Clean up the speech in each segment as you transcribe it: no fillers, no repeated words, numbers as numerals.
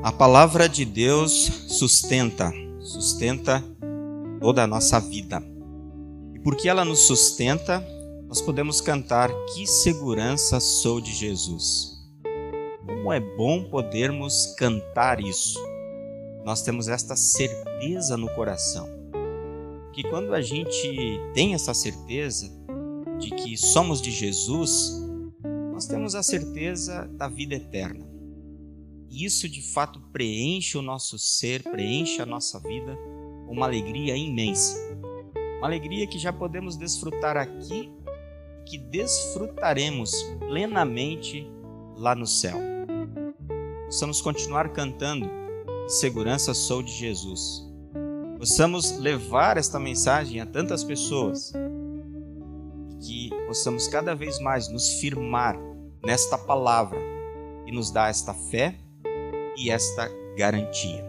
A palavra de Deus sustenta toda a nossa vida. E porque ela nos sustenta, nós podemos cantar: que segurança sou de Jesus. Como é bom podermos cantar isso. Nós temos esta certeza no coração. Que quando a gente tem essa certeza de que somos de Jesus, nós temos a certeza da vida eterna. E isso de fato preenche o nosso ser, preenche a nossa vida com uma alegria imensa. Uma alegria que já podemos desfrutar aqui e que desfrutaremos plenamente lá no céu. Possamos continuar cantando: que segurança sou de Jesus. Possamos levar esta mensagem a tantas pessoas. Que possamos cada vez mais nos firmar nesta palavra que nos dá esta fé e esta garantia.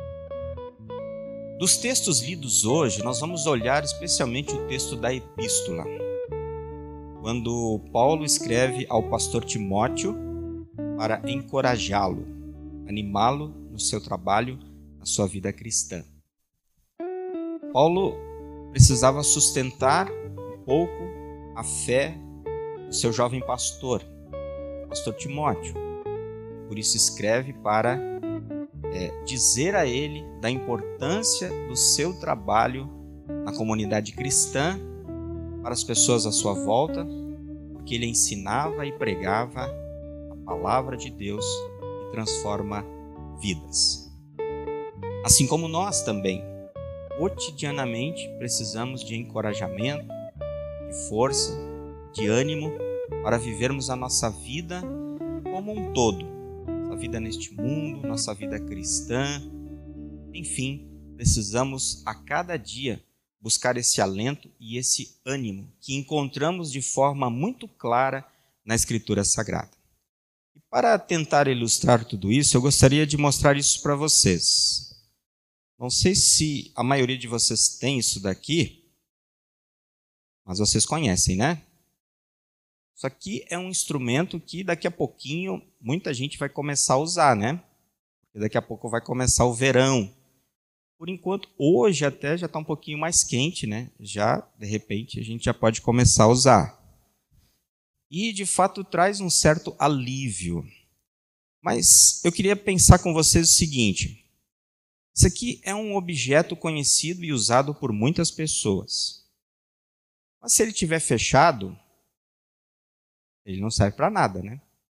Dos textos lidos hoje, nós vamos olhar especialmente o texto da epístola, quando Paulo escreve ao pastor Timóteo para encorajá-lo, animá-lo no seu trabalho, na sua vida cristã. Paulo precisava sustentar um pouco a fé do seu jovem pastor Timóteo. Por isso escreve para dizer a ele da importância do seu trabalho na comunidade cristã para as pessoas à sua volta, porque ele ensinava e pregava a palavra de Deus que transforma vidas. Assim como nós também, cotidianamente, precisamos de encorajamento, de força, de ânimo para vivermos a nossa vida como um todo. Nossa vida neste mundo, nossa vida cristã. Enfim, precisamos a cada dia buscar esse alento e esse ânimo que encontramos de forma muito clara na Escritura Sagrada. E para tentar ilustrar tudo isso, eu gostaria de mostrar isso para vocês. Não sei se a maioria de vocês tem isso daqui, mas vocês conhecem, né? Isso aqui é um instrumento que daqui a pouquinho muita gente vai começar a usar, né? Porque daqui a pouco vai começar o verão. Por enquanto, hoje até já está um pouquinho mais quente, né? Já, de repente, a gente já pode começar a usar. E, de fato, traz um certo alívio. Mas eu queria pensar com vocês o seguinte: isso aqui é um objeto conhecido e usado por muitas pessoas. Mas se ele estiver fechado, ele não serve para nada, né?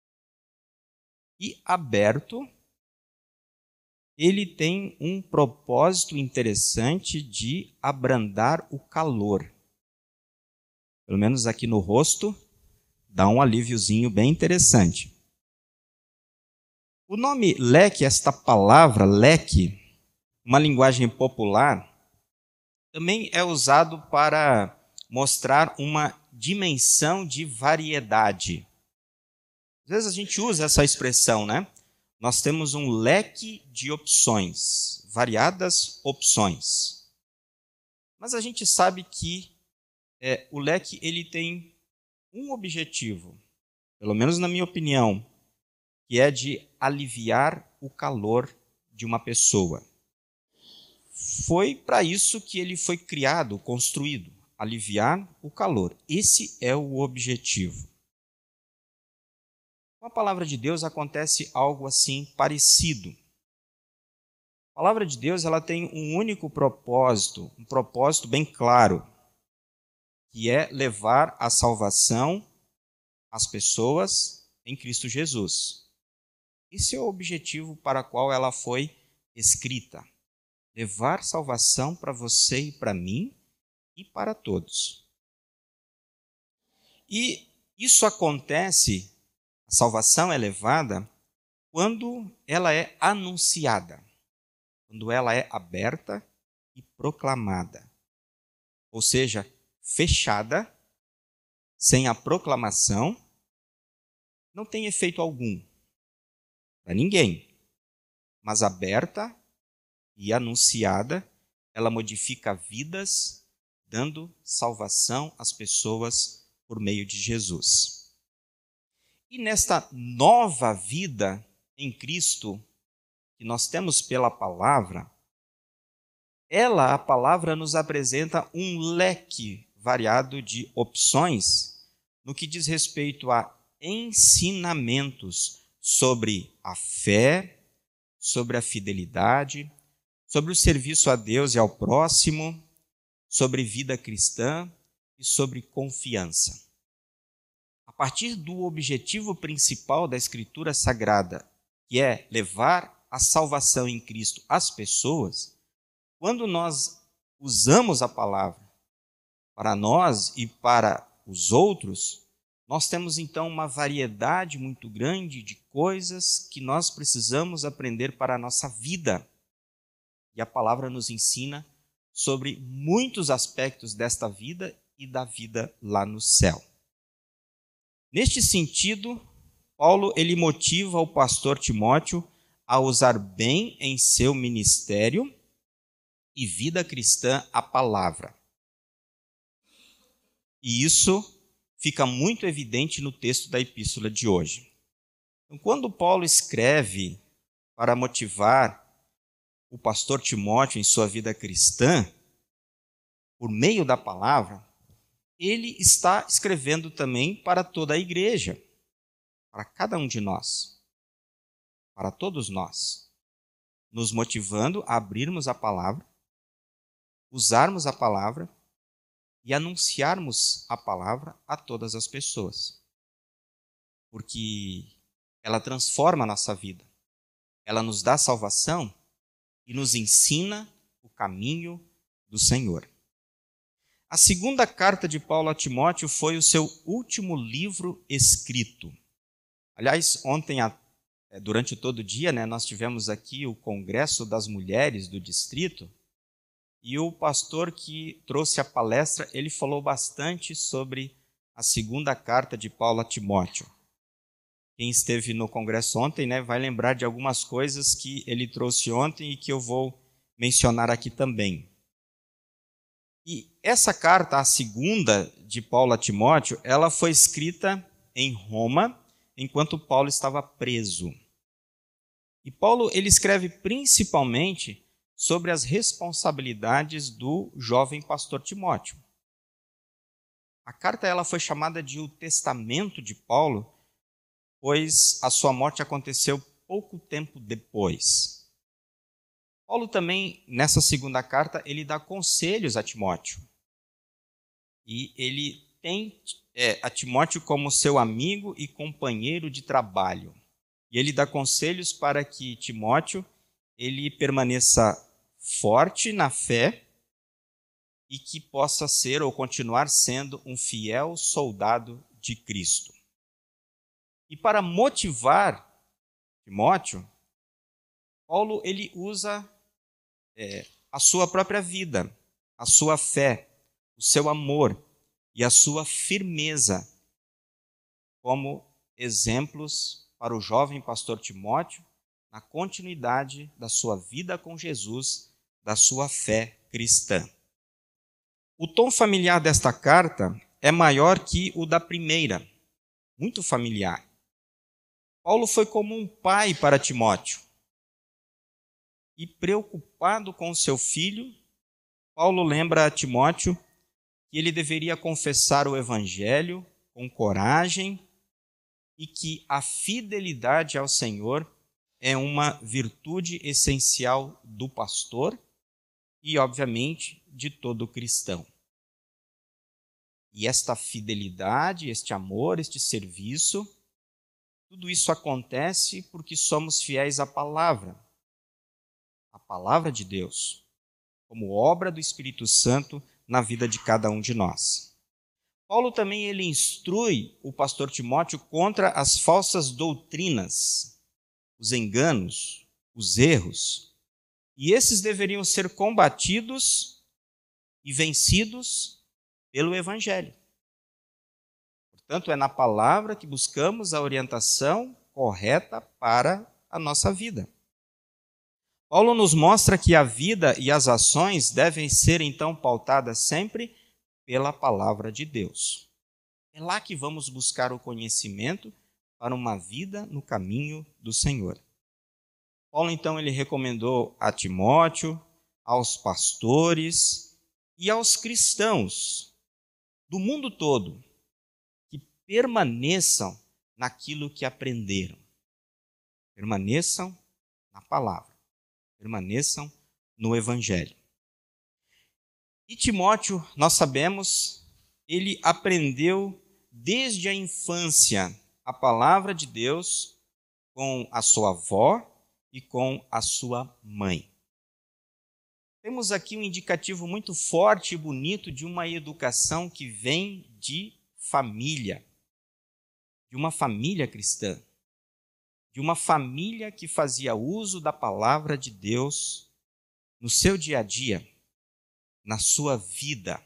E aberto, ele tem um propósito interessante de abrandar o calor. Pelo menos aqui no rosto, dá um alíviozinho bem interessante. O nome leque, esta palavra leque, uma linguagem popular, também é usado para mostrar uma dimensão de variedade. Às vezes a gente usa essa expressão, né? Nós temos um leque de opções, variadas opções. Mas a gente sabe que o leque ele tem um objetivo, pelo menos na minha opinião, que é de aliviar o calor de uma pessoa. Foi para isso que ele foi criado, construído, aliviar o calor. Esse é o objetivo. Com a palavra de Deus acontece algo assim parecido. A palavra de Deus ela tem um único propósito, um propósito bem claro, que é levar a salvação às pessoas em Cristo Jesus. Esse é o objetivo para o qual ela foi escrita. Levar salvação para você e para mim e para todos. E isso acontece, a salvação é levada quando ela é anunciada, quando ela é aberta e proclamada. Ou seja, fechada, sem a proclamação, não tem efeito algum para ninguém. Mas aberta e anunciada, ela modifica vidas, dando salvação às pessoas por meio de Jesus. E nesta nova vida em Cristo, que nós temos pela palavra, a palavra nos apresenta um leque variado de opções no que diz respeito a ensinamentos sobre a fé, sobre a fidelidade, sobre o serviço a Deus e ao próximo, sobre vida cristã e sobre confiança. A partir do objetivo principal da Escritura Sagrada, que é levar a salvação em Cristo às pessoas, quando nós usamos a palavra para nós e para os outros, nós temos então uma variedade muito grande de coisas que nós precisamos aprender para a nossa vida. E a palavra nos ensina sobre muitos aspectos desta vida e da vida lá no céu. Neste sentido, Paulo ele motiva o pastor Timóteo a usar bem em seu ministério e vida cristã a palavra. E isso fica muito evidente no texto da epístola de hoje. Então, quando Paulo escreve para motivar o pastor Timóteo em sua vida cristã, por meio da palavra, ele está escrevendo também para toda a igreja, para cada um de nós, para todos nós, nos motivando a abrirmos a palavra, usarmos a palavra e anunciarmos a palavra a todas as pessoas. Porque ela transforma a nossa vida, ela nos dá salvação e nos ensina o caminho do Senhor. A segunda carta de Paulo a Timóteo foi o seu último livro escrito. Aliás, ontem, durante todo o dia, nós tivemos aqui o Congresso das Mulheres do Distrito, e o pastor que trouxe a palestra, ele falou bastante sobre a segunda carta de Paulo a Timóteo. Quem esteve no congresso ontem, vai lembrar de algumas coisas que ele trouxe ontem e que eu vou mencionar aqui também. E essa carta, a segunda de Paulo a Timóteo, ela foi escrita em Roma, enquanto Paulo estava preso. E Paulo ele escreve principalmente sobre as responsabilidades do jovem pastor Timóteo. A carta ela foi chamada de o Testamento de Paulo, pois a sua morte aconteceu pouco tempo depois. Paulo também, nessa segunda carta, ele dá conselhos a Timóteo. E ele tem a Timóteo como seu amigo e companheiro de trabalho. E ele dá conselhos para que Timóteo ele permaneça forte na fé e que possa ser ou continuar sendo um fiel soldado de Cristo. E para motivar Timóteo, Paulo ele usa a sua própria vida, a sua fé, o seu amor e a sua firmeza como exemplos para o jovem pastor Timóteo na continuidade da sua vida com Jesus, da sua fé cristã. O tom familiar desta carta é maior que o da primeira, muito familiar. Paulo foi como um pai para Timóteo. E preocupado com seu filho, Paulo lembra a Timóteo que ele deveria confessar o evangelho com coragem e que a fidelidade ao Senhor é uma virtude essencial do pastor e, obviamente, de todo cristão. E esta fidelidade, este amor, este serviço, tudo isso acontece porque somos fiéis à palavra, a palavra de Deus, como obra do Espírito Santo na vida de cada um de nós. Paulo também ele instrui o pastor Timóteo contra as falsas doutrinas, os enganos, os erros, e esses deveriam ser combatidos e vencidos pelo Evangelho. Portanto, é na palavra que buscamos a orientação correta para a nossa vida. Paulo nos mostra que a vida e as ações devem ser, então, pautadas sempre pela palavra de Deus. É lá que vamos buscar o conhecimento para uma vida no caminho do Senhor. Paulo, então, ele recomendou a Timóteo, aos pastores e aos cristãos do mundo todo que permaneçam naquilo que aprenderam. Permaneçam na palavra. Permaneçam no Evangelho. E Timóteo, nós sabemos, ele aprendeu desde a infância a palavra de Deus com a sua avó e com a sua mãe. Temos aqui um indicativo muito forte e bonito de uma educação que vem de família, de uma família cristã, de uma família que fazia uso da palavra de Deus no seu dia a dia, na sua vida.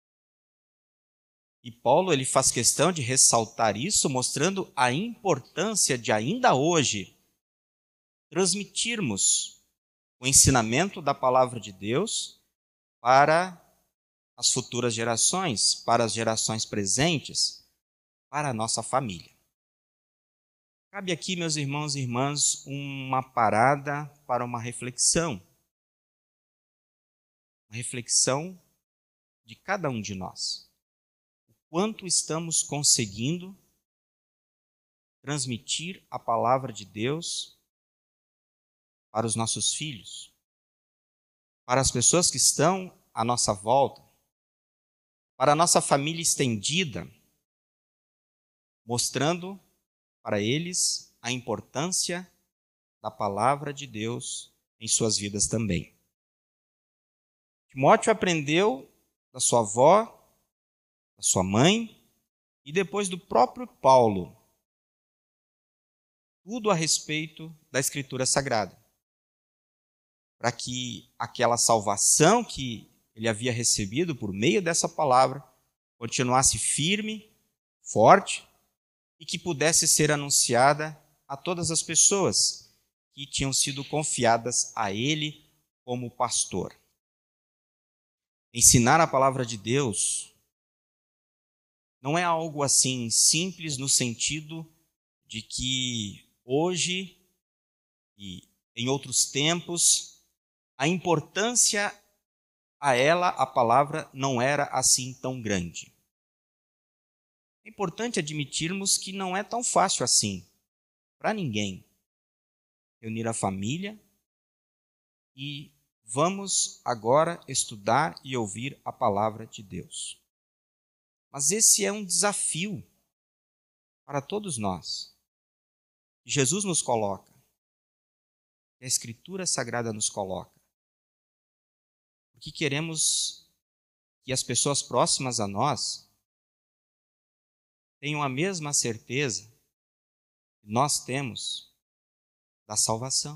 E Paulo, ele faz questão de ressaltar isso, mostrando a importância de ainda hoje transmitirmos o ensinamento da palavra de Deus para as futuras gerações, para as gerações presentes, para a nossa família. Cabe aqui, meus irmãos e irmãs, uma parada para uma reflexão. Uma reflexão de cada um de nós. O quanto estamos conseguindo transmitir a palavra de Deus para os nossos filhos, para as pessoas que estão à nossa volta, para a nossa família estendida, mostrando para eles a importância da palavra de Deus em suas vidas também. Timóteo aprendeu da sua avó, da sua mãe e depois do próprio Paulo tudo a respeito da Escritura Sagrada, para que aquela salvação que ele havia recebido por meio dessa palavra continuasse firme, forte e que pudesse ser anunciada a todas as pessoas que tinham sido confiadas a ele como pastor. Ensinar a palavra de Deus não é algo assim simples no sentido de que hoje e em outros tempos a importância a ela, a palavra, não era assim tão grande. É importante admitirmos que não é tão fácil assim, para ninguém, reunir a família e vamos agora estudar e ouvir a palavra de Deus. Mas esse é um desafio para todos nós. Jesus nos coloca, a Escritura Sagrada nos coloca. Porque queremos que as pessoas próximas a nós tenham a mesma certeza que nós temos da salvação.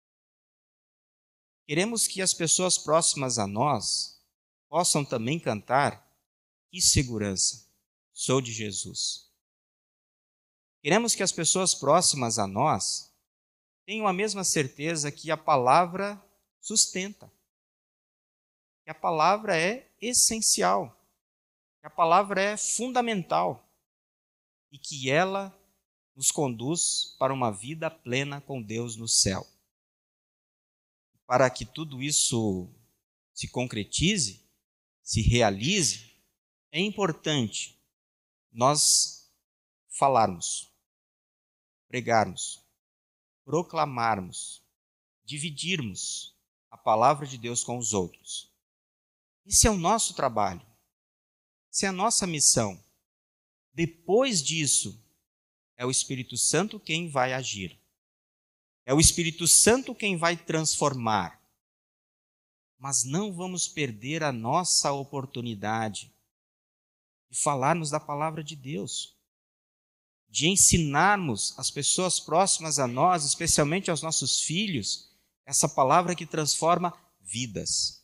Queremos que as pessoas próximas a nós possam também cantar: que segurança, sou de Jesus. Queremos que as pessoas próximas a nós tenham a mesma certeza que a palavra sustenta, que a palavra é essencial, que a palavra é fundamental e que ela nos conduz para uma vida plena com Deus no céu. Para que tudo isso se concretize, se realize, é importante nós falarmos, pregarmos, proclamarmos, dividirmos a palavra de Deus com os outros. Esse é o nosso trabalho, essa é a nossa missão. Depois disso, é o Espírito Santo quem vai agir. É o Espírito Santo quem vai transformar. Mas não vamos perder a nossa oportunidade de falarmos da palavra de Deus, de ensinarmos as pessoas próximas a nós, especialmente aos nossos filhos, essa palavra que transforma vidas.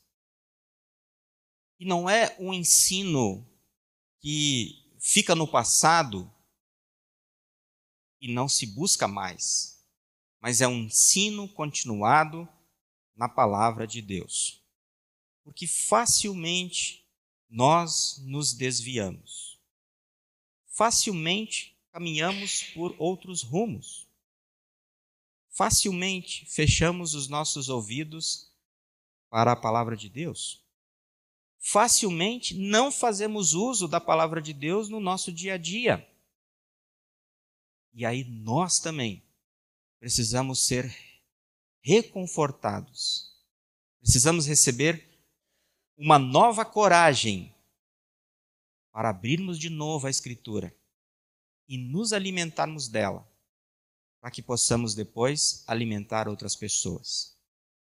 E não é um ensino que fica no passado e não se busca mais, mas é um ensino continuado na palavra de Deus. Porque facilmente nós nos desviamos. Facilmente caminhamos por outros rumos. facilmente fechamos os nossos ouvidos para a palavra de Deus. Facilmente não fazemos uso da palavra de Deus no nosso dia a dia. E aí nós também precisamos ser reconfortados. Precisamos receber uma nova coragem para abrirmos de novo a Escritura e nos alimentarmos dela, para que possamos depois alimentar outras pessoas.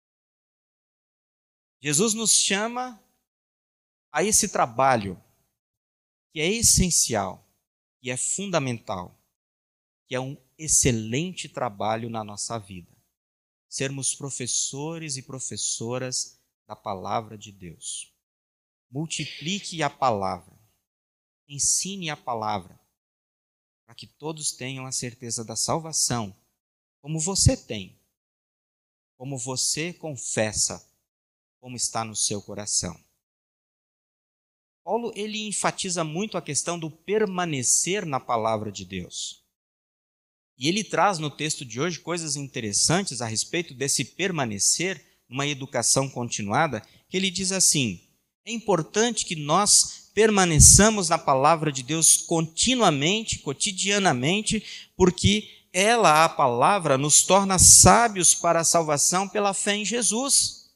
Jesus nos chama a esse trabalho que é essencial, que é fundamental, que é um excelente trabalho na nossa vida. Sermos professores e professoras da palavra de Deus. Multiplique a palavra, ensine a palavra, para que todos tenham a certeza da salvação, como você tem, como você confessa, como está no seu coração. Paulo, ele enfatiza muito a questão do permanecer na palavra de Deus. E ele traz no texto de hoje coisas interessantes a respeito desse permanecer, uma educação continuada, que ele diz assim: é importante que nós permaneçamos na palavra de Deus continuamente, cotidianamente, porque ela, a palavra, nos torna sábios para a salvação pela fé em Jesus.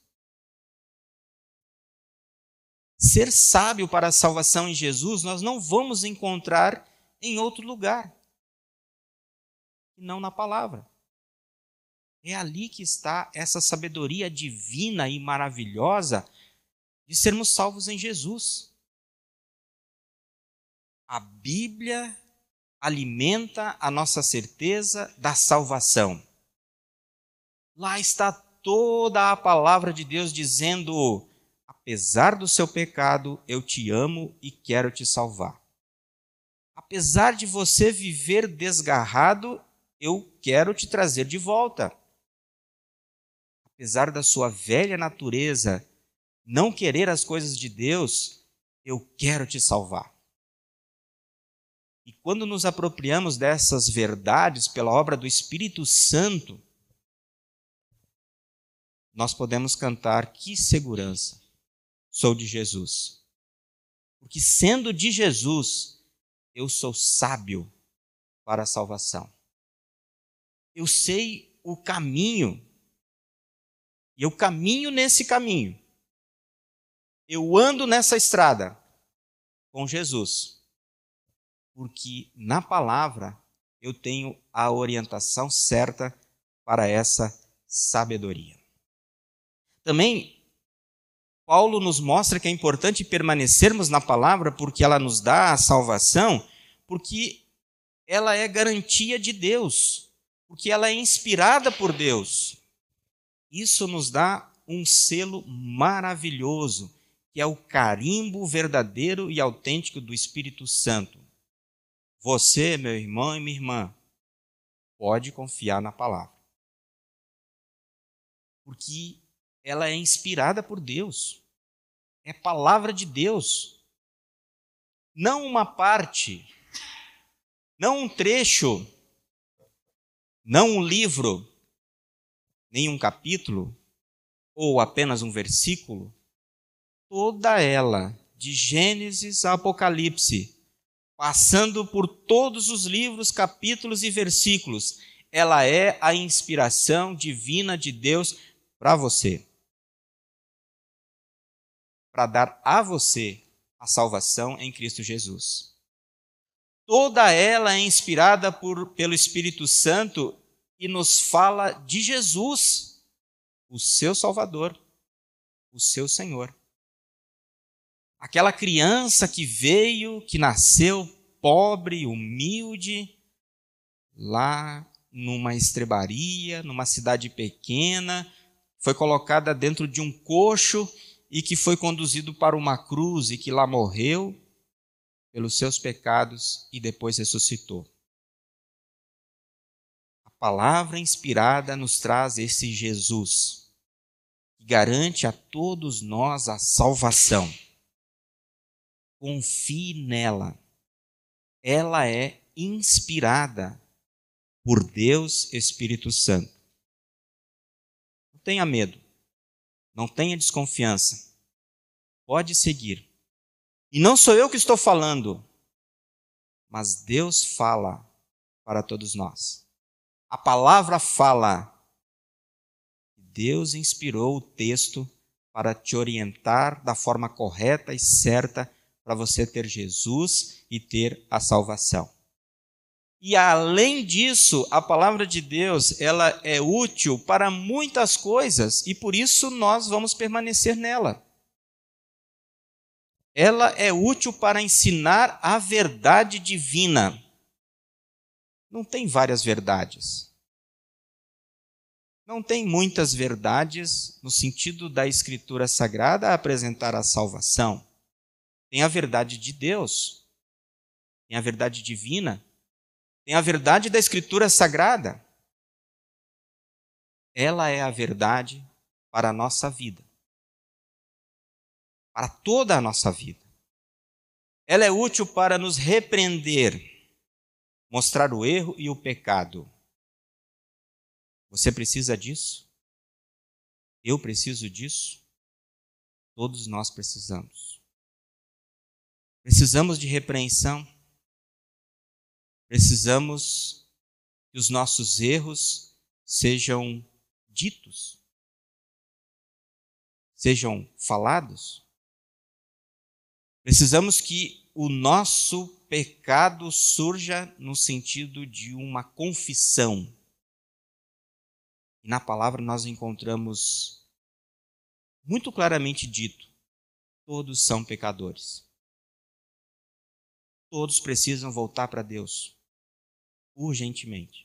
Ser sábio para a salvação em Jesus, nós não vamos encontrar em outro lugar, e não na palavra. É ali que está essa sabedoria divina e maravilhosa de sermos salvos em Jesus. A Bíblia alimenta a nossa certeza da salvação. Lá está toda a palavra de Deus dizendo: apesar do seu pecado, eu te amo e quero te salvar. Apesar de você viver desgarrado, eu quero te trazer de volta. Apesar da sua velha natureza não querer as coisas de Deus, eu quero te salvar. E quando nos apropriamos dessas verdades pela obra do Espírito Santo, nós podemos cantar: que segurança, sou de Jesus. Porque sendo de Jesus, eu sou sábio para a salvação. Eu sei o caminho, e eu caminho nesse caminho. Eu ando nessa estrada com Jesus. Porque na palavra eu tenho a orientação certa para essa sabedoria. Também, Paulo nos mostra que é importante permanecermos na palavra porque ela nos dá a salvação, porque ela é garantia de Deus, porque ela é inspirada por Deus. Isso nos dá um selo maravilhoso, que é o carimbo verdadeiro e autêntico do Espírito Santo. Você, meu irmão e minha irmã, pode confiar na palavra. Porque ela é inspirada por Deus. É palavra de Deus. Não uma parte, não um trecho, não um livro, nem um capítulo, ou apenas um versículo. Toda ela, de Gênesis a Apocalipse, passando por todos os livros, capítulos e versículos, ela é a inspiração divina de Deus para você. Para dar a você a salvação em Cristo Jesus. Toda ela é inspirada pelo Espírito Santo e nos fala de Jesus, o seu Salvador, o seu Senhor. Aquela criança que veio, que nasceu pobre, humilde, lá numa estrebaria, numa cidade pequena, foi colocada dentro de um coxo e que foi conduzido para uma cruz e que lá morreu pelos seus pecados e depois ressuscitou. A palavra inspirada nos traz esse Jesus, que garante a todos nós a salvação. Confie nela. Ela é inspirada por Deus Espírito Santo. Não tenha medo. Não tenha desconfiança. Pode seguir. E não sou eu que estou falando, mas Deus fala para todos nós. A palavra fala. Deus inspirou o texto para te orientar da forma correta e certa para você ter Jesus e ter a salvação. E além disso, a palavra de Deus, ela é útil para muitas coisas e por isso nós vamos permanecer nela. Ela é útil para ensinar a verdade divina. Não tem várias verdades. Não tem muitas verdades no sentido da Escritura Sagrada a apresentar a salvação. Tem a verdade de Deus, tem a verdade divina, tem a verdade da Escritura Sagrada. Ela é a verdade para a nossa vida, para toda a nossa vida. Ela é útil para nos repreender, mostrar o erro e o pecado. Você precisa disso? Eu preciso disso? Todos nós precisamos. Precisamos de repreensão. Precisamos que os nossos erros sejam ditos, sejam falados. Precisamos que o nosso pecado surja no sentido de uma confissão. E na palavra nós encontramos muito claramente dito: todos são pecadores. Todos precisam voltar para Deus, urgentemente.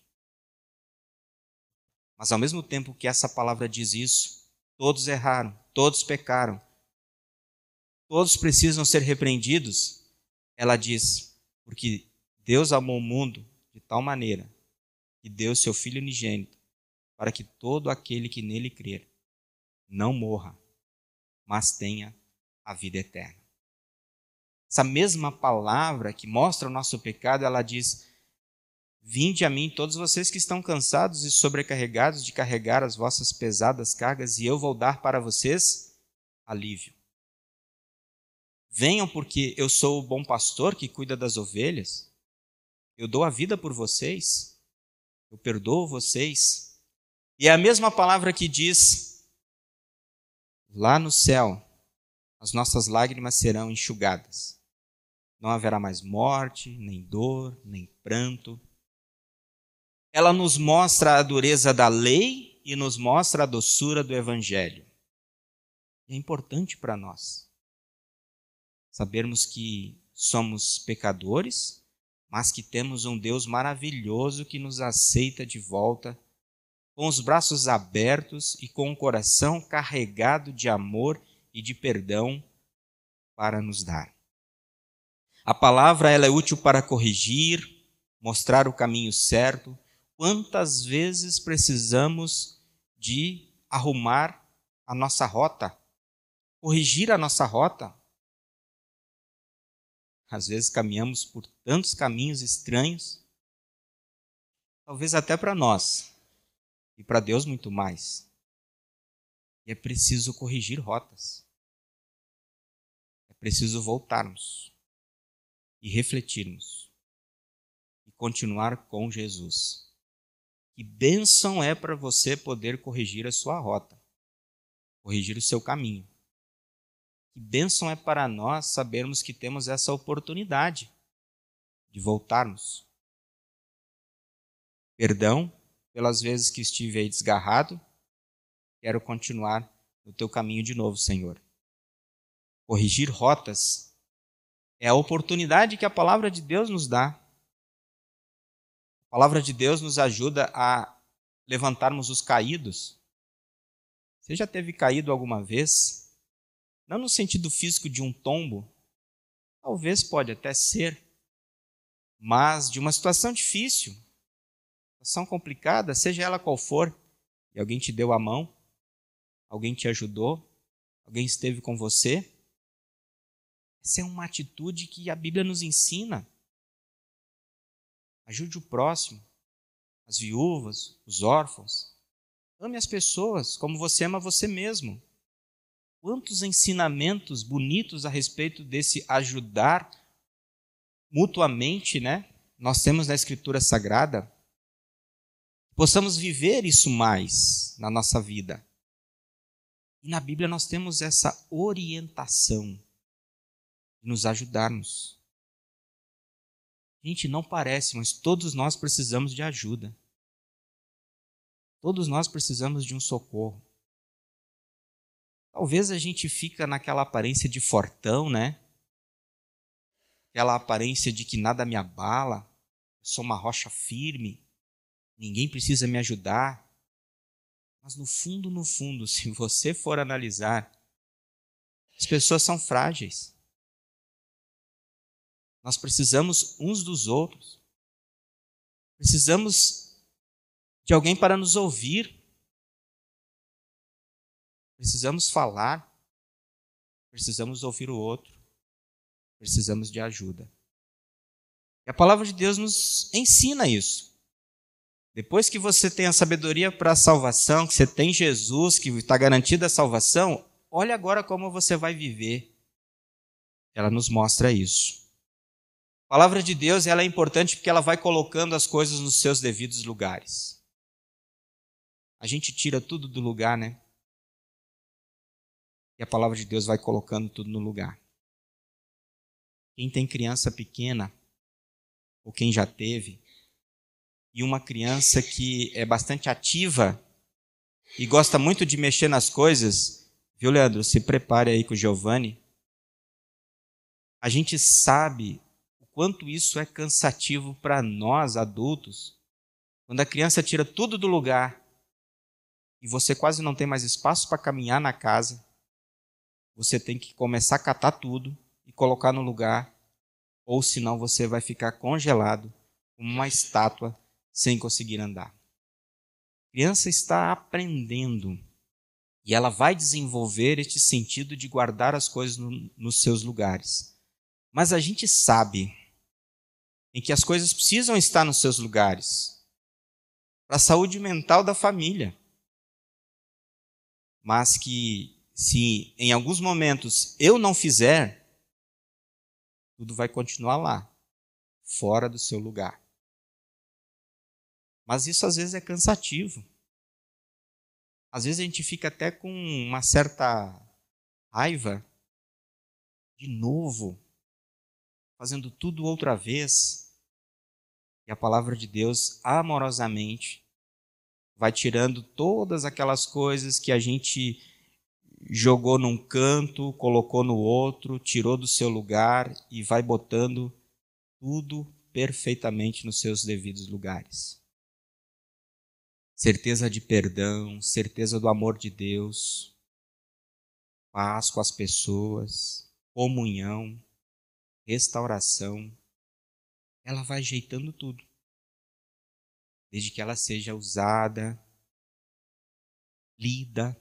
Mas ao mesmo tempo que essa palavra diz isso, todos erraram, todos pecaram, todos precisam ser repreendidos, ela diz: porque Deus amou o mundo de tal maneira que deu seu Filho unigênito, para que todo aquele que nele crer não morra, mas tenha a vida eterna. Essa mesma palavra que mostra o nosso pecado, ela diz: vinde a mim todos vocês que estão cansados e sobrecarregados de carregar as vossas pesadas cargas, e eu vou dar para vocês alívio. Venham, porque eu sou o bom pastor que cuida das ovelhas. Eu dou a vida por vocês. Eu perdoo vocês. E é a mesma palavra que diz: lá no céu, as nossas lágrimas serão enxugadas. Não haverá mais morte, nem dor, nem pranto. Ela nos mostra a dureza da lei e nos mostra a doçura do Evangelho. É importante para nós sabermos que somos pecadores, mas que temos um Deus maravilhoso que nos aceita de volta, com os braços abertos e com o coração carregado de amor e de perdão para nos dar. A palavra ela é útil para corrigir, mostrar o caminho certo. Quantas vezes precisamos de arrumar a nossa rota, corrigir a nossa rota? Às vezes caminhamos por tantos caminhos estranhos, talvez até para nós, e para Deus muito mais. E é preciso corrigir rotas. É preciso voltarmos e refletirmos e continuar com Jesus. Que bênção é para você poder corrigir a sua rota, corrigir o seu caminho. Que bênção é para nós sabermos que temos essa oportunidade de voltarmos. Perdão pelas vezes que estive aí desgarrado, quero continuar no teu caminho de novo, Senhor. Corrigir rotas é a oportunidade que a palavra de Deus nos dá. A palavra de Deus nos ajuda a levantarmos os caídos. Você já teve caído alguma vez? Não no sentido físico de um tombo, talvez pode até ser, mas de uma situação difícil, situação complicada, seja ela qual for, e alguém te deu a mão, alguém te ajudou, alguém esteve com você. Essa é uma atitude que a Bíblia nos ensina. Ajude o próximo, as viúvas, os órfãos. Ame as pessoas como você ama você mesmo. Quantos ensinamentos bonitos a respeito desse ajudar mutuamente, né? Nós temos na Escritura Sagrada. Possamos viver isso mais na nossa vida. E na Bíblia nós temos essa orientação de nos ajudarmos. Gente, não parece, mas todos nós precisamos de ajuda. Todos nós precisamos de um socorro. Talvez a gente fica naquela aparência de fortão, né? Aquela aparência de que nada me abala, eu sou uma rocha firme, ninguém precisa me ajudar. Mas no fundo, se você for analisar, as pessoas são frágeis. Nós precisamos uns dos outros. Precisamos de alguém para nos ouvir. Precisamos falar. Precisamos ouvir o outro. Precisamos de ajuda. E a palavra de Deus nos ensina isso. Depois que você tem a sabedoria para a salvação, que você tem Jesus, que está garantida a salvação, olha agora como você vai viver. Ela nos mostra isso. A palavra de Deus ela é importante porque ela vai colocando as coisas nos seus devidos lugares. A gente tira tudo do lugar, né? E a palavra de Deus vai colocando tudo no lugar. Quem tem criança pequena, ou quem já teve, e uma criança que é bastante ativa e gosta muito de mexer nas coisas, viu, Leandro? Se prepare aí com o Giovanni. A gente sabe o quanto isso é cansativo para nós, adultos, quando a criança tira tudo do lugar e você quase não tem mais espaço para caminhar na casa, você tem que começar a catar tudo e colocar no lugar, ou senão você vai ficar congelado como uma estátua sem conseguir andar. A criança está aprendendo e ela vai desenvolver este sentido de guardar as coisas nos seus lugares. Mas a gente sabe em que as coisas precisam estar nos seus lugares para a saúde mental da família. Mas que se em alguns momentos eu não fizer, tudo vai continuar lá, fora do seu lugar. Mas isso às vezes é cansativo. Às vezes a gente fica até com uma certa raiva, de novo, fazendo tudo outra vez. E a palavra de Deus, amorosamente, vai tirando todas aquelas coisas que a gente jogou num canto, colocou no outro, tirou do seu lugar e vai botando tudo perfeitamente nos seus devidos lugares. Certeza de perdão, certeza do amor de Deus, paz com as pessoas, comunhão, restauração. Ela vai ajeitando tudo, desde que ela seja usada, lida,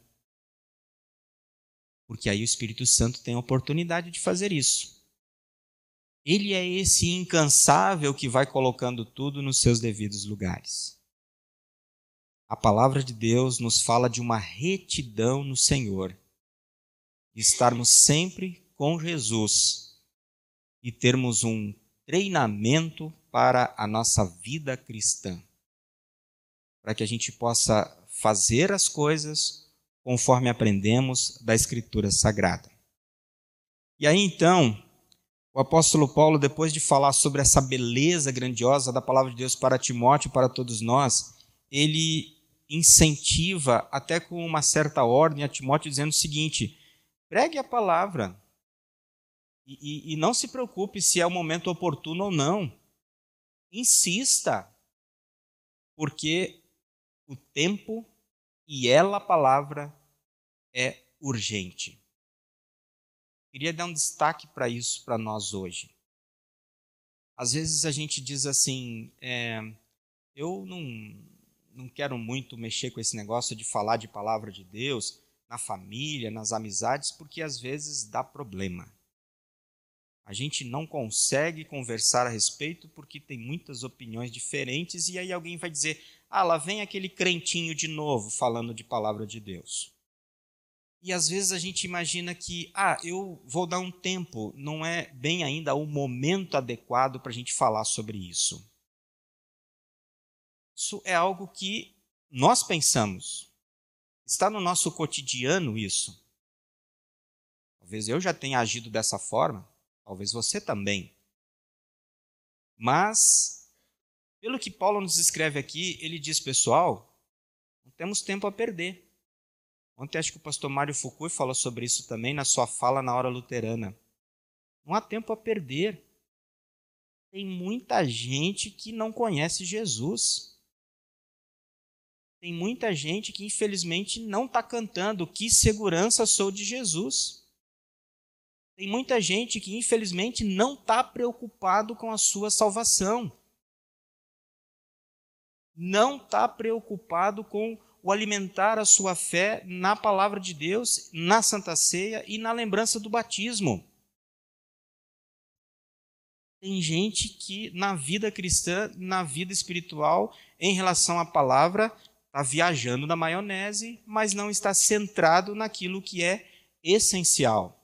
porque aí o Espírito Santo tem a oportunidade de fazer isso. Ele é esse incansável que vai colocando tudo nos seus devidos lugares. A palavra de Deus nos fala de uma retidão no Senhor, de estarmos sempre com Jesus e termos um treinamento para a nossa vida cristã, para que a gente possa fazer as coisas conforme aprendemos da Escritura Sagrada. E aí então, o apóstolo Paulo, depois de falar sobre essa beleza grandiosa da palavra de Deus para Timóteo e para todos nós, ele incentiva até com uma certa ordem a Timóteo dizendo o seguinte: pregue a palavra e não se preocupe se é o momento oportuno ou não. Insista, porque o tempo e ela, a palavra, é urgente. Queria dar um destaque para isso para nós hoje. Às vezes a gente diz assim, eu não quero muito mexer com esse negócio de falar de palavra de Deus na família, nas amizades, porque às vezes dá problema. A gente não consegue conversar a respeito porque tem muitas opiniões diferentes e aí alguém vai dizer, lá vem aquele crentinho de novo falando de palavra de Deus. E às vezes a gente imagina que, eu vou dar um tempo, não é bem ainda o momento adequado para a gente falar sobre isso. Isso é algo que nós pensamos. Está no nosso cotidiano isso. Talvez eu já tenha agido dessa forma, talvez você também. Mas, pelo que Paulo nos escreve aqui, ele diz, pessoal, não temos tempo a perder. Ontem acho que o pastor Mário Fukui falou sobre isso também na sua fala na hora luterana. Não há tempo a perder. Tem muita gente que não conhece Jesus. Tem muita gente que infelizmente não está cantando "Que segurança sou de Jesus". Tem muita gente que infelizmente não está preocupado com a sua salvação. Não está preocupado com o alimentar a sua fé na palavra de Deus, na Santa Ceia e na lembrança do batismo. Tem gente que na vida cristã, na vida espiritual, em relação à palavra, está viajando na maionese, mas não está centrado naquilo que é essencial.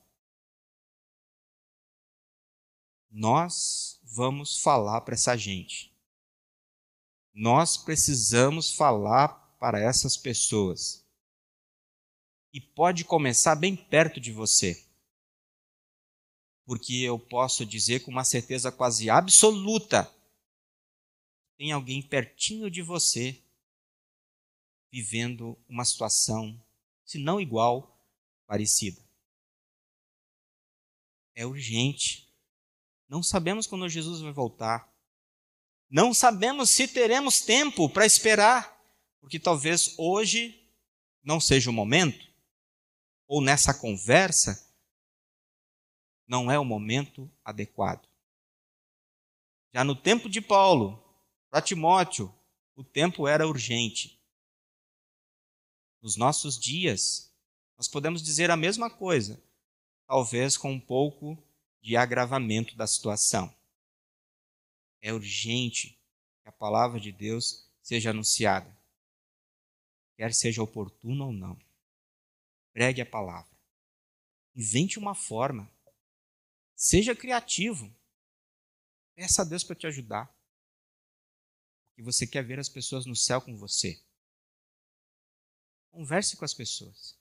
Nós vamos falar para essa gente. Nós precisamos falar para essas pessoas. E pode começar bem perto de você. Porque eu posso dizer com uma certeza quase absoluta, tem alguém pertinho de você vivendo uma situação, se não igual, parecida. É urgente. Não sabemos quando Jesus vai voltar. Não sabemos se teremos tempo para esperar, porque talvez hoje não seja o momento, ou nessa conversa não é o momento adequado. Já no tempo de Paulo, para Timóteo, o tempo era urgente. Nos nossos dias, nós podemos dizer a mesma coisa, talvez com um pouco de agravamento da situação. É urgente que a palavra de Deus seja anunciada, quer seja oportuno ou não. Pregue a palavra. Invente uma forma. Seja criativo. Peça a Deus para te ajudar. Porque você quer ver as pessoas no céu com você. Converse com as pessoas.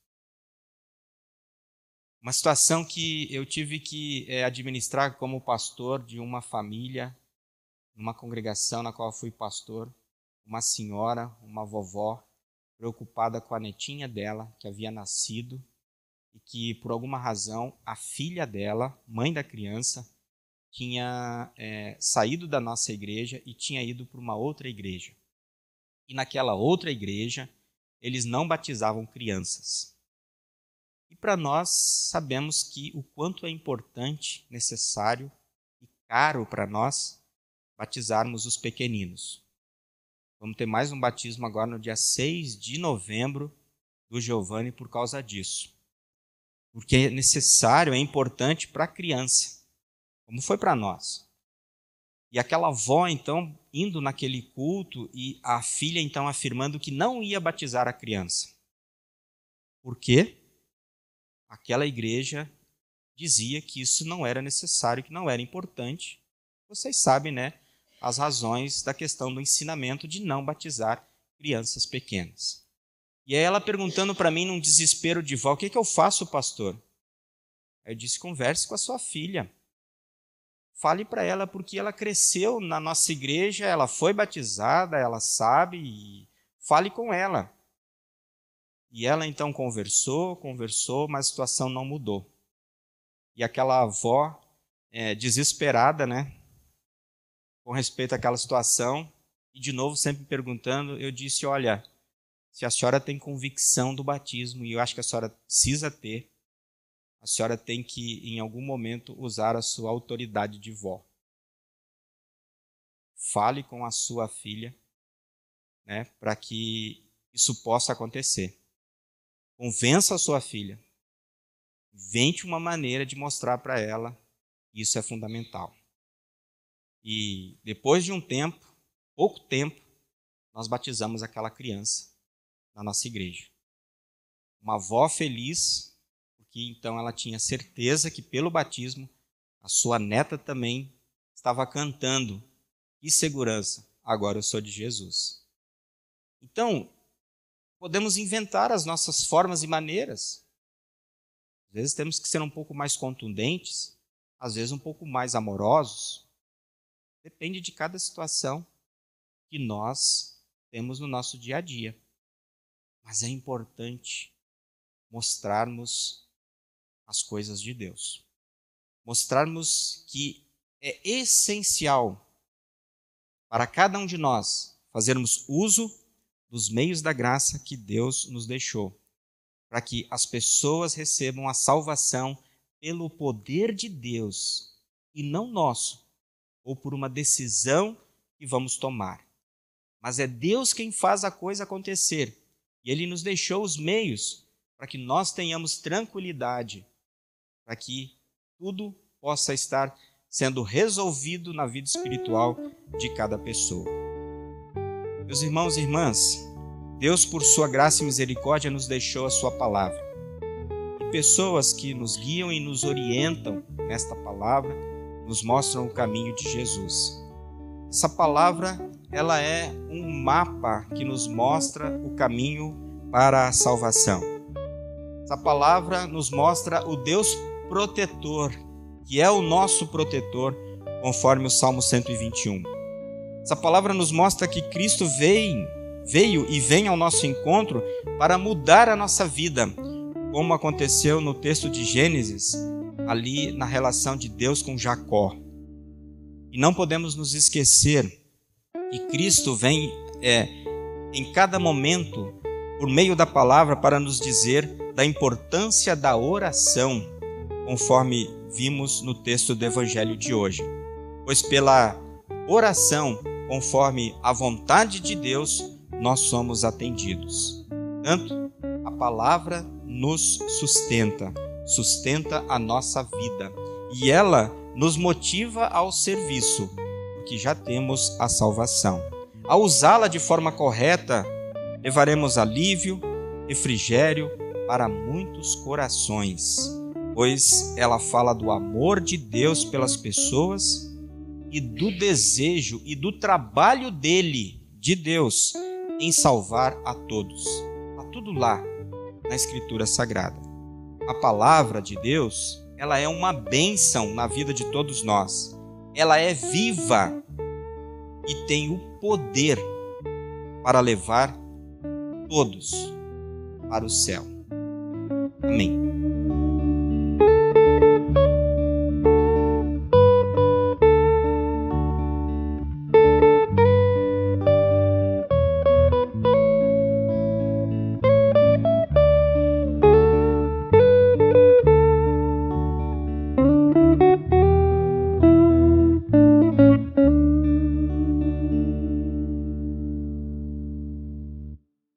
Uma situação que eu tive que administrar como pastor de uma família, numa congregação na qual eu fui pastor, uma senhora, uma vovó, preocupada com a netinha dela, que havia nascido, e que, por alguma razão, a filha dela, mãe da criança, tinha saído da nossa igreja e tinha ido para uma outra igreja. E naquela outra igreja, eles não batizavam crianças. E para nós, sabemos que o quanto é importante, necessário e caro para nós batizarmos os pequeninos. Vamos ter mais um batismo agora no dia 6 de novembro do Giovanni por causa disso. Porque é necessário, é importante para a criança, como foi para nós. E aquela avó, então, indo naquele culto e a filha, então, afirmando que não ia batizar a criança. Por quê? Aquela igreja dizia que isso não era necessário, que não era importante. Vocês sabem, né, as razões da questão do ensinamento de não batizar crianças pequenas. E aí ela perguntando para mim num desespero de vó, o que eu faço, pastor? Aí eu disse, converse com a sua filha. Fale para ela, porque ela cresceu na nossa igreja, ela foi batizada, ela sabe, e fale com ela. E ela então conversou, mas a situação não mudou. E aquela avó, desesperada, né, com respeito àquela situação, e de novo sempre perguntando, eu disse, olha, se a senhora tem convicção do batismo, e eu acho que a senhora precisa ter, a senhora tem que, em algum momento, usar a sua autoridade de vó. Fale com a sua filha, né, para que isso possa acontecer. Convença a sua filha. Invente uma maneira de mostrar para ela que isso é fundamental. E depois de um tempo, pouco tempo, nós batizamos aquela criança na nossa igreja. Uma avó feliz, porque então ela tinha certeza que pelo batismo a sua neta também estava cantando. Que segurança, agora eu sou de Jesus. Então, podemos inventar as nossas formas e maneiras. Às vezes temos que ser um pouco mais contundentes, às vezes um pouco mais amorosos. Depende de cada situação que nós temos no nosso dia a dia. Mas é importante mostrarmos as coisas de Deus. Mostrarmos que é essencial para cada um de nós fazermos uso dos meios da graça que Deus nos deixou, para que as pessoas recebam a salvação pelo poder de Deus e não nosso, ou por uma decisão que vamos tomar. Mas é Deus quem faz a coisa acontecer, e Ele nos deixou os meios para que nós tenhamos tranquilidade, para que tudo possa estar sendo resolvido na vida espiritual de cada pessoa. Meus irmãos e irmãs, Deus, por sua graça e misericórdia, nos deixou a sua palavra. E pessoas que nos guiam e nos orientam nesta palavra, nos mostram o caminho de Jesus. Essa palavra, ela é um mapa que nos mostra o caminho para a salvação. Essa palavra nos mostra o Deus protetor, que é o nosso protetor, conforme o Salmo 121. Essa palavra nos mostra que Cristo veio e vem ao nosso encontro para mudar a nossa vida, como aconteceu no texto de Gênesis, ali na relação de Deus com Jacó. E não podemos nos esquecer que Cristo vem em cada momento, por meio da palavra, para nos dizer da importância da oração, conforme vimos no texto do Evangelho de hoje. Pois pela oração, conforme a vontade de Deus, nós somos atendidos. Portanto, a palavra nos sustenta a nossa vida. E ela nos motiva ao serviço, porque já temos a salvação. Ao usá-la de forma correta, levaremos alívio, refrigério para muitos corações, pois ela fala do amor de Deus pelas pessoas e do desejo e do trabalho dele, de Deus, em salvar a todos. Está tudo lá na Escritura Sagrada. A palavra de Deus, ela é uma bênção na vida de todos nós. Ela é viva e tem o poder para levar todos para o céu. Amém.